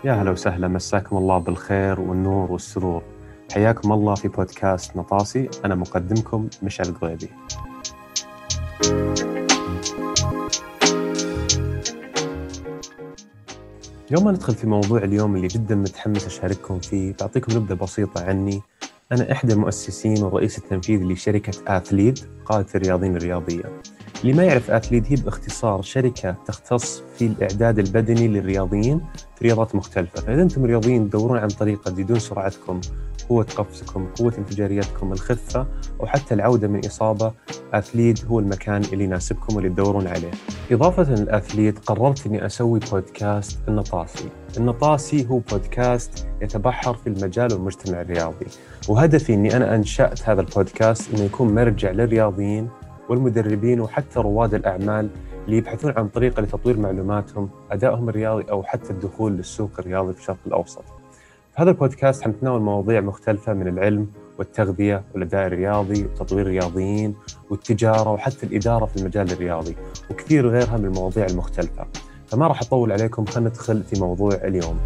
يا هلا وسهلا، مساكم الله بالخير والنور والسرور. حياكم الله في بودكاست نطاسي. أنا مقدمكم مشعل القضيبي. يوم ما ندخل في موضوع اليوم اللي جدا متحمس أشارككم فيه، بعطيكم نبذة بسيطة عني. أنا إحدى المؤسسين والرئيس التنفيذي لشركة آثليد، قادة الرياضيين الرياضية. اللي ما يعرف آثليد هي باختصار شركة تختص في الإعداد البدني للرياضيين في رياضات مختلفة. فإذا أنتم رياضيين تدورون عن طريقة تزيدون سرعتكم، قوة قفزكم، قوة انفجاريتكم، الخفة، أو حتى العودة من إصابة، آثليد هو المكان اللي يناسبكم واللي تدورون عليه. إضافة للآثليد قررت أني أسوي بودكاست النطاسي. النطاسي هو بودكاست يتبحر في المجال والمجتمع الرياضي، وهدفي أني أنا أنشأت هذا البودكاست أنه يكون مرجع للرياضيين والمدربين وحتى رواد الأعمال اللي يبحثون عن طريقة لتطوير معلوماتهم، أدائهم الرياضي، أو حتى الدخول للسوق الرياضي في الشرق الأوسط. في هذا البودكاست حنتناول مواضيع مختلفة من العلم والتغذية والأداء الرياضي وتطوير الرياضيين والتجارة وحتى الإدارة في المجال الرياضي وكثير غيرها من المواضيع المختلفة. فما راح أطول عليكم، خلينا ندخل في موضوع اليوم.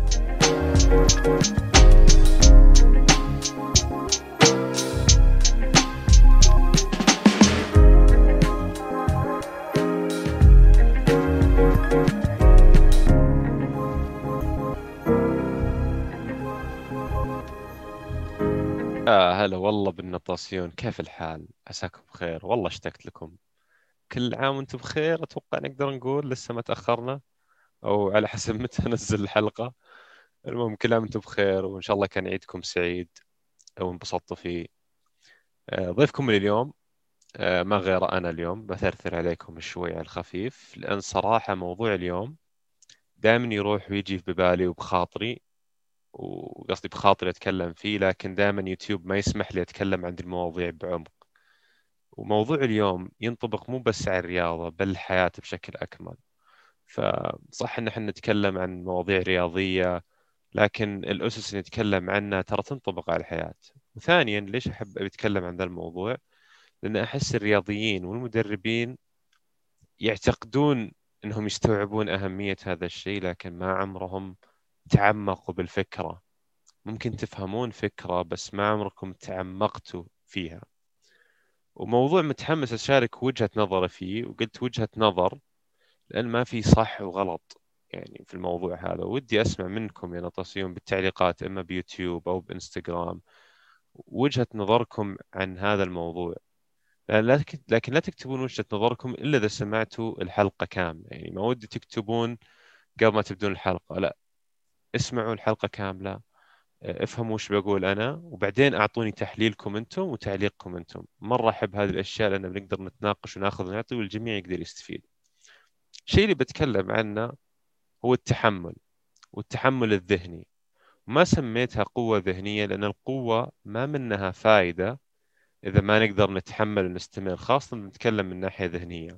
هلا والله بالنطاسيون، كيف الحال؟ عساكم بخير. والله اشتقت لكم. كل عام وانتم بخير. اتوقع نقدر نقول لسه ما تاخرنا، او على حسب متى انزل الحلقه. المهم كل عام وانتم بخير، وان شاء الله كان عيدكم سعيد وانبسطتوا فيه. ضيفكم من اليوم ما غير انا. اليوم بثرثر عليكم شوي على الخفيف، لان صراحه موضوع اليوم دائما يروح ويجي في ببالي وبخاطري، وقصدي بخاطري اتكلم فيه، لكن دائما يوتيوب ما يسمح لي اتكلم عن المواضيع بعمق. وموضوع اليوم ينطبق مو بس على الرياضة بل الحياة بشكل أكمل. فصح إن احنا نتكلم عن مواضيع رياضية، لكن الأسس اللي نتكلم عنها ترى تنطبق على الحياة. وثانيا، ليش أحب أتكلم عن ذا الموضوع؟ لأن أحس الرياضيين والمدربين يعتقدون أنهم يستوعبون أهمية هذا الشيء، لكن ما عمرهم تعمقوا بالفكرة. ممكن تفهمون فكرة بس ما عمركم تعمقتوا فيها. وموضوع متحمس أشارك وجهة نظري فيه، وقلت وجهة نظر لأن ما في صح وغلط يعني في الموضوع هذا. ودي أسمع منكم يا نطاسيون بالتعليقات، إما بيوتيوب أو بإنستغرام، وجهة نظركم عن هذا الموضوع. لكن لا تكتبون وجهة نظركم إلا إذا سمعتوا الحلقة كاملة. يعني ما ودي تكتبون قبل ما تبدون الحلقة، لا، اسمعوا الحلقة كاملة، افهموا وش بقول أنا، وبعدين أعطوني تحليلكم أنتم وتعليقكم أنتم. مرة أحب هذه الأشياء لأن بنقدر نتناقش وناخذ ونعطي والجميع يقدر يستفيد. الشيء اللي بتكلم عنه هو التحمل، والتحمل الذهني. ما سميتها قوة ذهنية لأن القوة ما منها فائدة إذا ما نقدر نتحمل ونستمر، خاصة نتكلم من ناحية ذهنية.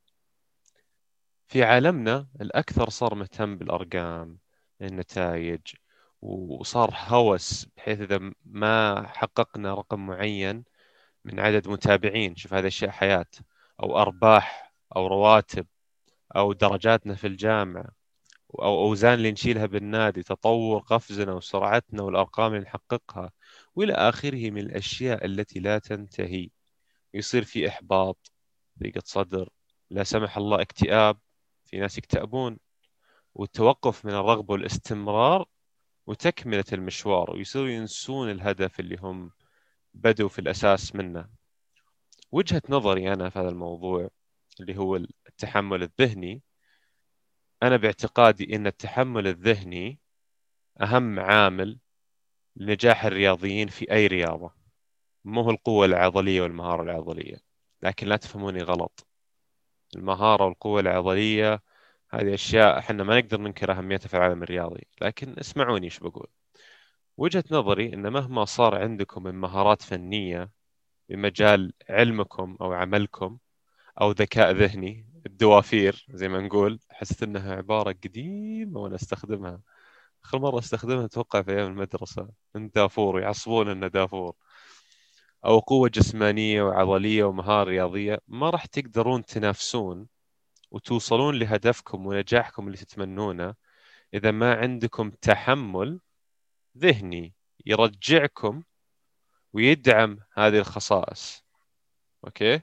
في عالمنا الأكثر صار مهتم بالأرقام، النتائج، وصار هوس بحيث إذا ما حققنا رقم معين من عدد متابعين، شوف هذه أشياء حياة، أو أرباح، أو رواتب، أو درجاتنا في الجامعة، أو أوزان اللي نشيلها بالنادي، تطور قفزنا وسرعتنا والأرقام اللي نحققها، وإلى آخره من الأشياء التي لا تنتهي. يصير في إحباط، ضيقة صدر، لا سمح الله اكتئاب، في ناس يكتئبون، والتوقف من الرغبة والاستمرار وتكملة المشوار، ويصيروا ينسون الهدف اللي هم بدوا في الأساس منه. وجهة نظري أنا في هذا الموضوع اللي هو التحمل الذهني، أنا باعتقادي أن التحمل الذهني أهم عامل لنجاح الرياضيين في أي رياضة. مو هو القوة العضلية والمهارة العضلية، لكن لا تفهموني غلط. المهارة والقوة العضلية هذه أشياء احنا ما نقدر ننكر أهميتها في العالم الرياضي، لكن اسمعوني ايش بقول. وجهة نظري أن مهما صار عندكم من مهارات فنية بمجال علمكم أو عملكم أو ذكاء ذهني، الدوافير زي ما نقول، حسيت أنها عبارة قديمة وأنا أستخدمها. آخر مرة استخدمها أتوقع في أيام المدرسة، من دافور، يعصبون إنه دافور. أو قوة جسمانية وعضلية ومهارة رياضية، ما راح تقدرون تنافسون وتوصلون لهدفكم ونجاحكم اللي تتمنونه إذا ما عندكم تحمل ذهني يرجعكم ويدعم هذه الخصائص. أوكي؟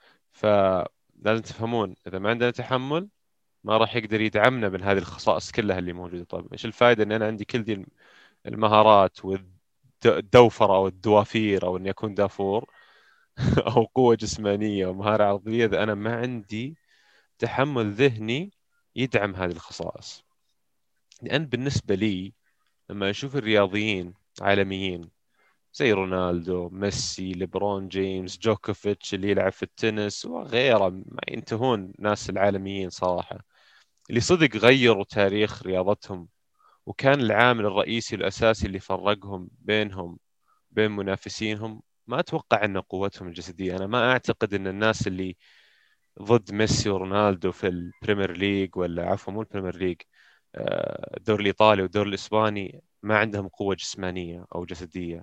فلازم تفهمون إذا ما عندنا تحمل ما راح يقدر يدعمنا من هذه الخصائص كلها اللي موجودة. طيب إيش الفائدة إن أنا عندي كل دي المهارات والدوفرة أو الدوافير أو إني أكون دافور أو قوة جسمانية ومهارة عضلية إذا أنا ما عندي تحمل ذهني يدعم هذه الخصائص؟ لأن بالنسبة لي لما أشوف الرياضيين عالميين زي رونالدو، ميسي، ليبرون جيمس، جوكوفيتش اللي يلعب في التنس وغيره، ما ينتهون ناس العالميين صراحة، اللي صدق غيروا تاريخ رياضتهم وكان العامل الرئيسي الأساسي اللي فرقهم بين منافسينهم. ما أتوقع أن قوتهم الجسدية. أنا ما أعتقد أن الناس اللي ضد ميسي ورونالدو في البريمير ليج، ولا عفوا مو البريمير ليج، الدوري الإيطالي والدوري الإسباني، ما عندهم قوة جسمانية أو جسدية.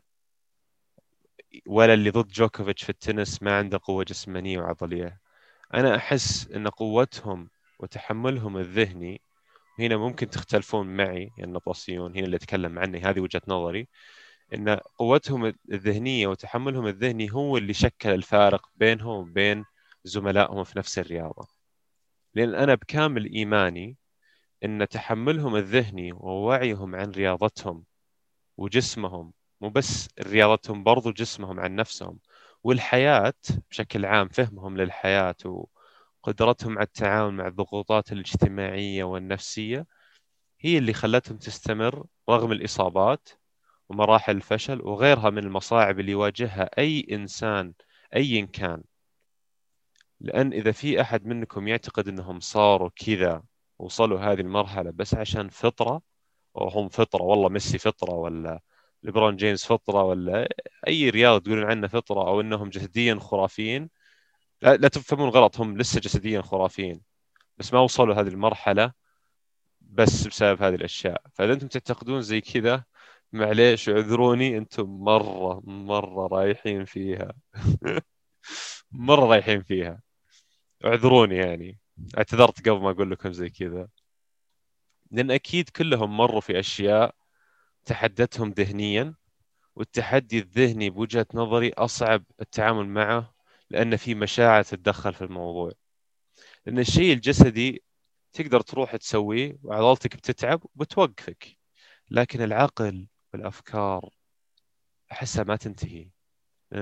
ولا اللي ضد جوكوفيتش في التنس ما عنده قوة جسمانية وعضلية. أنا أحس أن قوتهم وتحملهم الذهني، هنا ممكن تختلفون معي يا النطاسيون، هنا اللي أتكلم عني، هذه وجهة نظري، أن قوتهم الذهنية وتحملهم الذهني هو اللي شكل الفارق بينهم وبين زملائهم في نفس الرياضة. لأن أنا بكامل إيماني أن تحملهم الذهني ووعيهم عن رياضتهم وجسمهم، مو بس رياضتهم برضو جسمهم عن نفسهم والحياة بشكل عام، فهمهم للحياة وقدرتهم على التعامل مع الضغوطات الاجتماعية والنفسية، هي اللي خلتهم تستمر رغم الإصابات ومراحل الفشل وغيرها من المصاعب اللي يواجهها أي إنسان أيا كان. لأن إذا في أحد منكم يعتقد أنهم صاروا كذا، وصلوا هذه المرحلة بس عشان فطرة، وهم فطرة، والله ميسي فطرة، ولا ليبرون جيمس فطرة، ولا أي رياضة تقولون عنه فطرة، أو أنهم جسديا خرافيين، لا تفهمون غلط، هم لسه جسديا خرافيين بس ما وصلوا هذه المرحلة بس بسبب هذه الأشياء. فإذا أنتم تعتقدون زي كذا، معليش اعذروني، أنتم مرة رايحين فيها. مرة رايحين فيها، اعذروني يعني، اعتذرت قبل ما أقول لكم زي كذا. لأن أكيد كلهم مروا في أشياء تحدتهم ذهنيا، والتحدي الذهني بوجهة نظري أصعب التعامل معه، لأن في مشاعر تتدخل في الموضوع. لأن الشيء الجسدي تقدر تروح تسويه وعضلتك بتتعب وبتوقفك، لكن العقل والأفكار أحسها ما تنتهي. لأن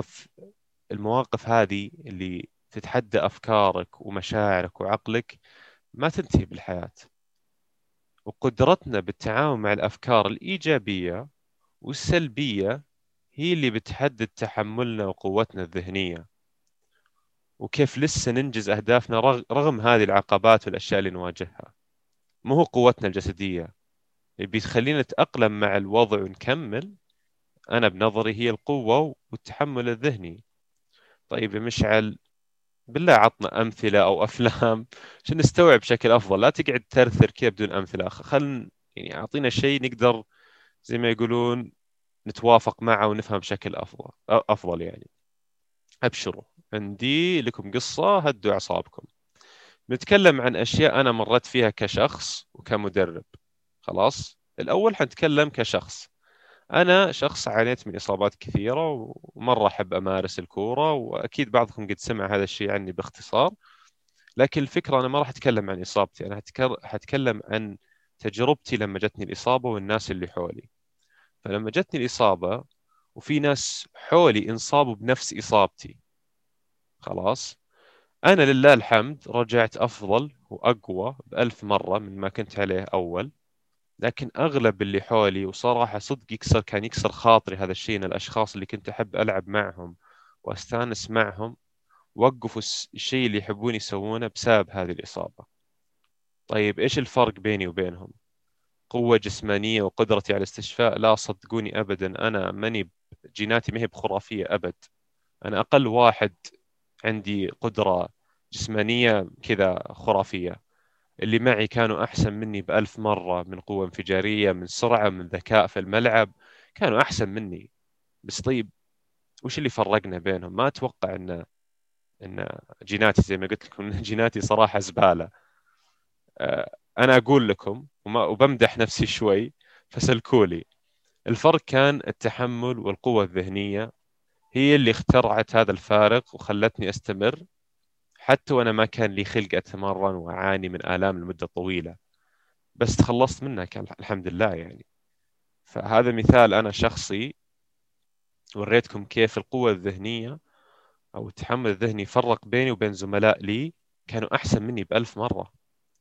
المواقف هذه اللي تتحدى أفكارك ومشاعرك وعقلك ما تنتهي بالحياة. وقدرتنا بالتعامل مع الأفكار الإيجابية والسلبية هي اللي بتحدد تحملنا وقوتنا الذهنية، وكيف لسه ننجز أهدافنا رغم هذه العقبات والأشياء اللي نواجهها. مو هو قوتنا الجسدية اللي بتخلينا نتأقلم مع الوضع ونكمل. أنا بنظري هي القوة والتحمل الذهني. طيب يا مشعل، بالله عطنا أمثلة أو أفلام عشان نستوعب بشكل أفضل. لا تقعد ترثر كذا بدون أمثلة. يعني أعطينا شيء نقدر زي ما يقولون نتوافق معه ونفهم بشكل أفضل يعني. أبشروا، عندي لكم قصة هدوا أعصابكم. نتكلم عن أشياء أنا مرت فيها كشخص وكمدرب. خلاص، الأول حنتكلم كشخص. أنا شخص عانيت من إصابات كثيرة ومرة أحب أمارس الكورة، وأكيد بعضكم قد سمع هذا الشيء عني باختصار. لكن الفكرة أنا ما راح أتكلم عن إصابتي، أنا حتكلم عن تجربتي لما جتني الإصابة والناس اللي حولي. فلما جتني الإصابة وفي ناس حولي انصابوا بنفس إصابتي، خلاص، أنا لله الحمد رجعت أفضل وأقوى بألف مرة من ما كنت عليه أول. لكن أغلب اللي حولي، وصراحة صدق كان يكسر خاطري هذا الشيء، إن الأشخاص اللي كنت أحب ألعب معهم وأستانس معهم وقفوا الشيء اللي يحبون يسوونه بسبب هذه الإصابة. طيب إيش الفرق بيني وبينهم؟ قوة جسمانية وقدرتي على الاستشفاء؟ لا صدقوني أبدا، أنا ماني جيناتي ما هي بخرافية أبد. أنا أقل واحد عندي قدرة جسمانية كذا خرافية. اللي معي كانوا أحسن مني بألف مرة، من قوة انفجارية، من سرعة، من ذكاء في الملعب، كانوا أحسن مني. بس طيب، وش اللي فرقنا بينهم؟ ما أتوقع إن جيناتي، زي ما قلت لكم، إن جيناتي صراحة زبالة. أنا أقول لكم وبمدح نفسي شوي فسلكولي. الفرق كان التحمل والقوة الذهنية، هي اللي اخترعت هذا الفارق وخلتني أستمر حتى وأنا ما كان لي خلق أتمرن وأعاني من آلام لمدة طويلة، بس تخلصت منها كان الحمد لله يعني. فهذا مثال أنا شخصي، وريتكم كيف القوة الذهنية أو التحمل الذهني فرق بيني وبين زملاء لي كانوا أحسن مني بألف مرة.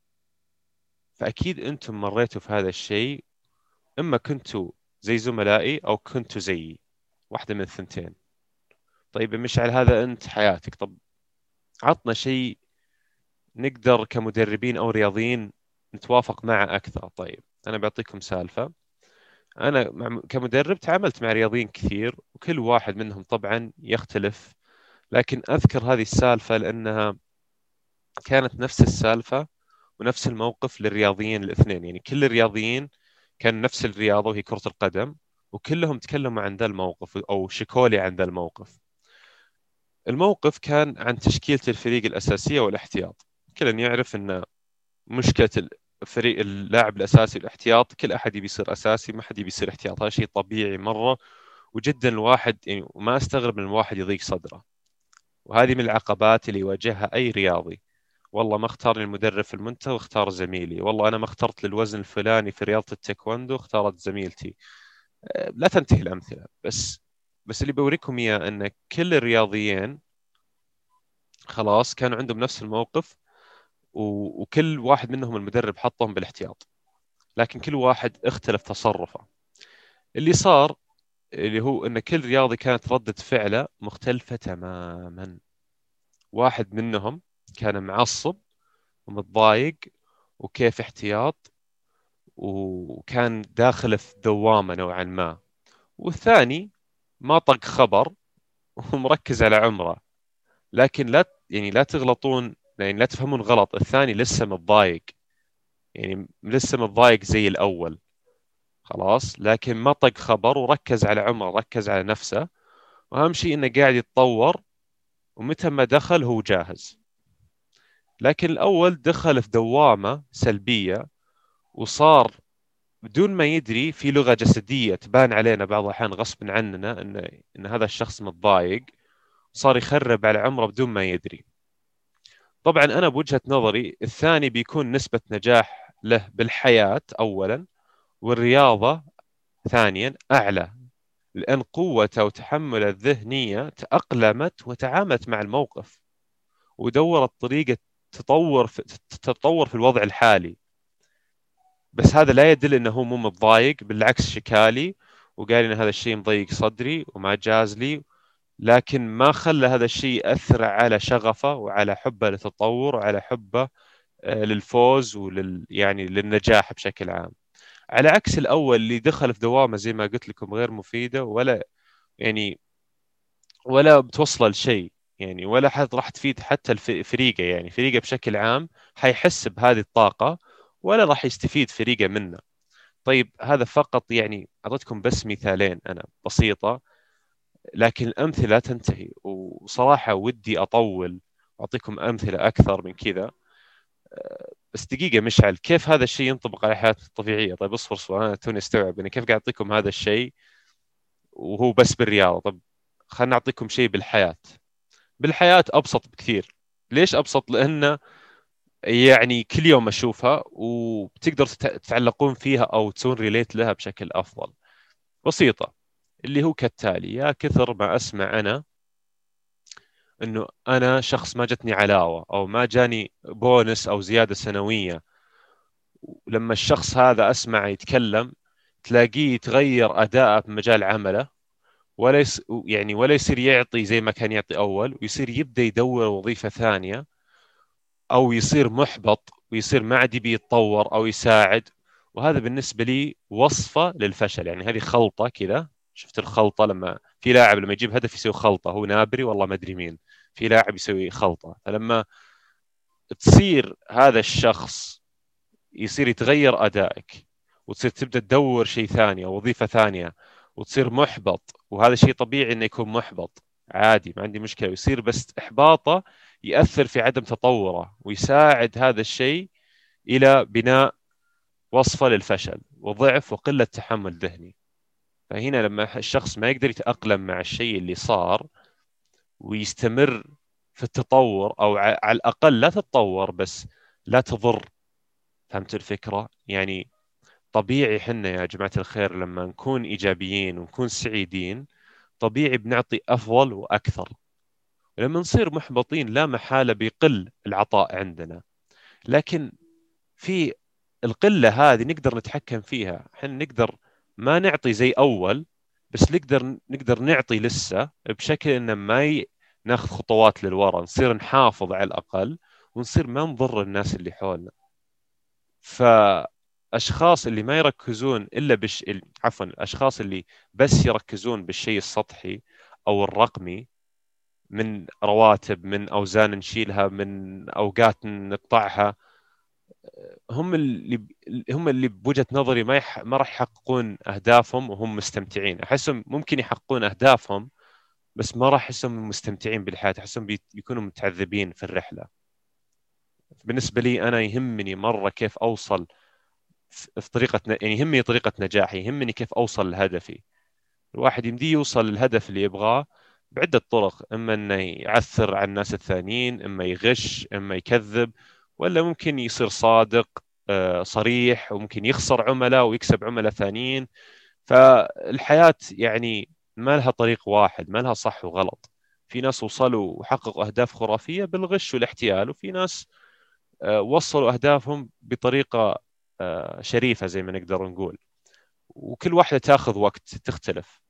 فأكيد أنتم مريتوا في هذا الشيء، إما كنتوا زي زملائي أو كنتوا زيي، واحدة من الثنتين. طيب يا مشعل، هذا أنت حياتك، طب عطنا شيء نقدر كمدربين أو رياضيين نتوافق معه أكثر. طيب أنا بعطيكم سالفة. أنا كمدرب تعاملت مع رياضيين كثير، وكل واحد منهم طبعا يختلف، لكن أذكر هذه السالفة لأنها كانت نفس السالفة ونفس الموقف للرياضيين الاثنين. يعني كل الرياضيين كان نفس الرياضة وهي كرة القدم، وكلهم تكلموا عن ذا الموقف أو شكولي عن ذا الموقف. الموقف كان عن تشكيلة الفريق الأساسية والاحتياط. كلنا يعرف أن مشكلة الفريق اللاعب الأساسي والاحتياط، كل أحد يبي يصير أساسي، ما حد يبي يصير احتياط. هذا شيء طبيعي مرة، وجدا الواحد يعني ما استغرب من الواحد يضيق صدره. وهذه من العقبات اللي يواجهها أي رياضي. والله ما اختارني المدرب في المنتخب، اختار زميلي. والله أنا ما اخترت للوزن الفلاني في رياضة التايكوندو، اختارت زميلتي. لا تنتهي الأمثلة، بس اللي بوريكم إياه أن كل الرياضيين خلاص كانوا عندهم نفس الموقف، وكل واحد منهم المدرب حطهم بالاحتياط، لكن كل واحد اختلف تصرفه. اللي صار اللي هو أن كل رياضي كانت ردة فعله مختلفة تماما. واحد منهم كان معصب ومتضايق وكيف احتياط، وكان داخل في دوامة نوعا ما. والثاني ما طق خبر ومركز على عمره. لكن لا تغلطون، يعني لا تفهمون غلط، الثاني لسه متضايق، يعني لسه متضايق زي الأول خلاص، لكن ما طق خبر وركز على عمره، ركز على نفسه. وأهم شيء إنه قاعد يتطور، ومتى ما دخل هو جاهز. لكن الأول دخل في دوامة سلبية، وصار بدون ما يدري في لغة جسدية تبان علينا بعض الأحيان غصب عننا إن هذا الشخص متضايق، صار يخرب على عمره بدون ما يدري. طبعا أنا بوجهة نظري الثاني بيكون نسبة نجاح له بالحياة أولا، والرياضة ثانيا أعلى، لأن قوته وتحمله الذهنية تأقلمت وتعاملت مع الموقف، ودورت طريقة تتطور في الوضع الحالي. بس هذا لا يدل انه هو مو متضايق، بالعكس شكالي وقال ان هذا الشيء مضيق صدري وما جاز لي، لكن ما خلى هذا الشيء يأثر على شغفه وعلى حبه للتطور وعلى حبه للفوز يعني للنجاح بشكل عام. على عكس الأول اللي دخل في دوامة زي ما قلت لكم غير مفيدة، يعني ولا بتوصله لشيء، يعني ولا حد راح تفيد حتى فريقه، يعني فريقه بشكل عام حيحس بهذه الطاقة، ولا راح يستفيد فريقه منه. طيب هذا فقط، يعني أعطيتكم بس مثالين أنا بسيطة، لكن الأمثلة لا تنتهي، وصراحة ودي أطول وأعطيكم أمثلة أكثر من كذا. بس دقيقة مشعل، كيف هذا الشيء ينطبق على حياتنا الطبيعية؟ طيب اصبر أنا توني استوعب أنا كيف قاعد أعطيكم هذا الشيء وهو بس بالرياضة. طب خلنا أعطيكم شيء بالحياة. بالحياة أبسط بكثير. ليش أبسط؟ لأن يعني كل يوم أشوفها وبتقدر تتعلقون فيها أو تسوون ريليت لها بشكل أفضل. بسيطة، اللي هو كالتالي: يا كثر ما أسمع أنا إنه أنا شخص ما جتني علاوة أو ما جاني بونس أو زيادة سنوية. لما الشخص هذا أسمع يتكلم تلاقيه يتغير أداءه بمجال عمله، ولا يصير يعطي زي ما كان يعطي أول، ويصير يبدأ يدور وظيفة ثانية، أو يصير محبط ويصير ما عاد يبي يتطور أو يساعد. وهذا بالنسبة لي وصفة للفشل. يعني هذه خلطة كذا، شفت الخلطة لما في لاعب لما يجيب هدف يسوي خلطة، هو نابري والله ما أدري مين، في لاعب يسوي خلطة. فلما تصير هذا الشخص يصير يتغير أدائك، وتصير تبدأ تدور شيء ثاني أو وظيفة ثانية، وتصير محبط، وهذا شيء طبيعي إنه يكون محبط، عادي ما عندي مشكلة. ويصير بس إحباطه يأثر في عدم تطوره، ويساعد هذا الشيء إلى بناء وصفة للفشل وضعف وقلة تحمل ذهني. فهنا لما الشخص ما يقدر يتأقلم مع الشيء اللي صار ويستمر في التطور، أو على الأقل لا تتطور بس لا تضر. فهمت الفكرة؟ يعني طبيعي حنا يا جماعة الخير لما نكون إيجابيين ونكون سعيدين طبيعي بنعطي أفضل وأكثر. لما نصير محبطين لا محالة بيقل العطاء عندنا. لكن في القلة هذه نقدر نتحكم فيها. احنا نقدر ما نعطي زي أول، بس نقدر نعطي لسه بشكل إن ناخذ خطوات للوراء، نصير نحافظ على الأقل، ونصير ما نضر الناس اللي حولنا. فأشخاص اللي ما يركزون إلا عفوا الأشخاص اللي بس يركزون بالشيء السطحي أو الرقمي، من رواتب، من أوزان نشيلها، من أوقات نقطعها، هم اللي بوجهة نظري ما راح يحققون أهدافهم وهم مستمتعين. أحسهم ممكن يحققون أهدافهم بس ما راح أحسهم مستمتعين بالحياة، أحسهم بيكونوا متعذبين في الرحلة. بالنسبة لي أنا يهمني مرة كيف أوصل في طريقة، يعني يهمني طريقة نجاحي، يهمني كيف أوصل لهدفي. الواحد يمديه يوصل للهدف اللي يبغاه بعدة طرق، إما أنه يعثر على الناس الثانيين، إما يغش، إما يكذب، ولا ممكن يصير صادق صريح، وممكن يخسر عملاء ويكسب عملاء ثانيين. فالحياة يعني ما لها طريق واحد، ما لها صح وغلط. في ناس وصلوا وحققوا أهداف خرافية بالغش والاحتيال، وفي ناس وصلوا أهدافهم بطريقة شريفة زي ما نقدر نقول. وكل واحدة تاخذ وقت تختلف.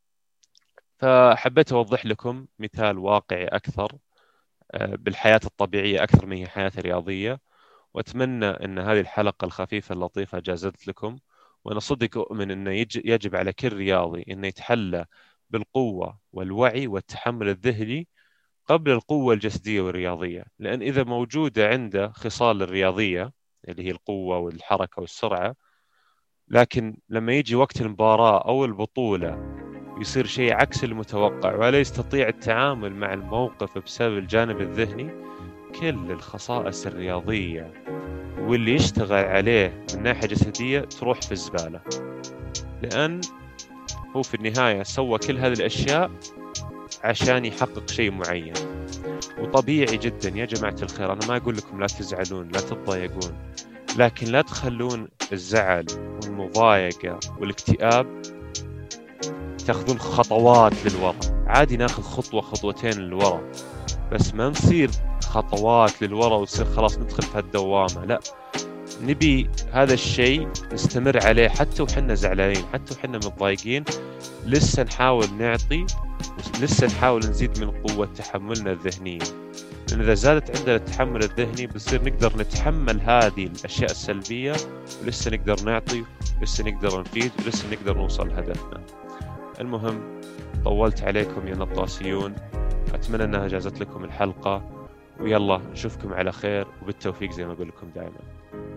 فحبيت أوضح لكم مثال واقعي أكثر بالحياة الطبيعية أكثر من هي حياة رياضية. وأتمنى أن هذه الحلقة الخفيفة اللطيفة جازت لكم. وأنا صدق أؤمن أنه يجب على كل رياضي أنه يتحلى بالقوة والوعي والتحمل الذهني قبل القوة الجسدية والرياضية. لأن إذا موجودة عنده خصال الرياضية اللي هي القوة والحركة والسرعة، لكن لما يجي وقت المباراة أو البطولة يصير شيء عكس المتوقع ولا يستطيع التعامل مع الموقف بسبب الجانب الذهني، كل الخصائص الرياضية واللي يشتغل عليه من ناحية جسدية تروح في الزبالة. لأن هو في النهاية سوى كل هذه الأشياء عشان يحقق شيء معين. وطبيعي جدا يا جماعة الخير، أنا ما أقول لكم لا تزعلون لا تتضايقون، لكن لا تخلون الزعل والمضايقة والاكتئاب تاخذون خطوات للوراء. عادي ناخذ خطوة خطوتين للوراء، بس ما نصير خطوات للوراء وتصير خلاص ندخل في هالدوامة. لا، نبي هذا الشيء نستمر عليه حتى وحنا زعلانين، حتى وحنا متضايقين، لسه نحاول نعطي، لسه نحاول نزيد من قوة تحملنا الذهنية. لأن إذا زادت عندنا التحمل الذهني بنصير نقدر نتحمل هذه الأشياء السلبية، ولسه نقدر نعطي، ولسه نقدر نفيد، ولسه نقدر نوصل لهدفنا. المهم، طولت عليكم يا نطاسيون، أتمنى أنها جازت لكم الحلقة، ويلا نشوفكم على خير وبالتوفيق زي ما أقول لكم دائما.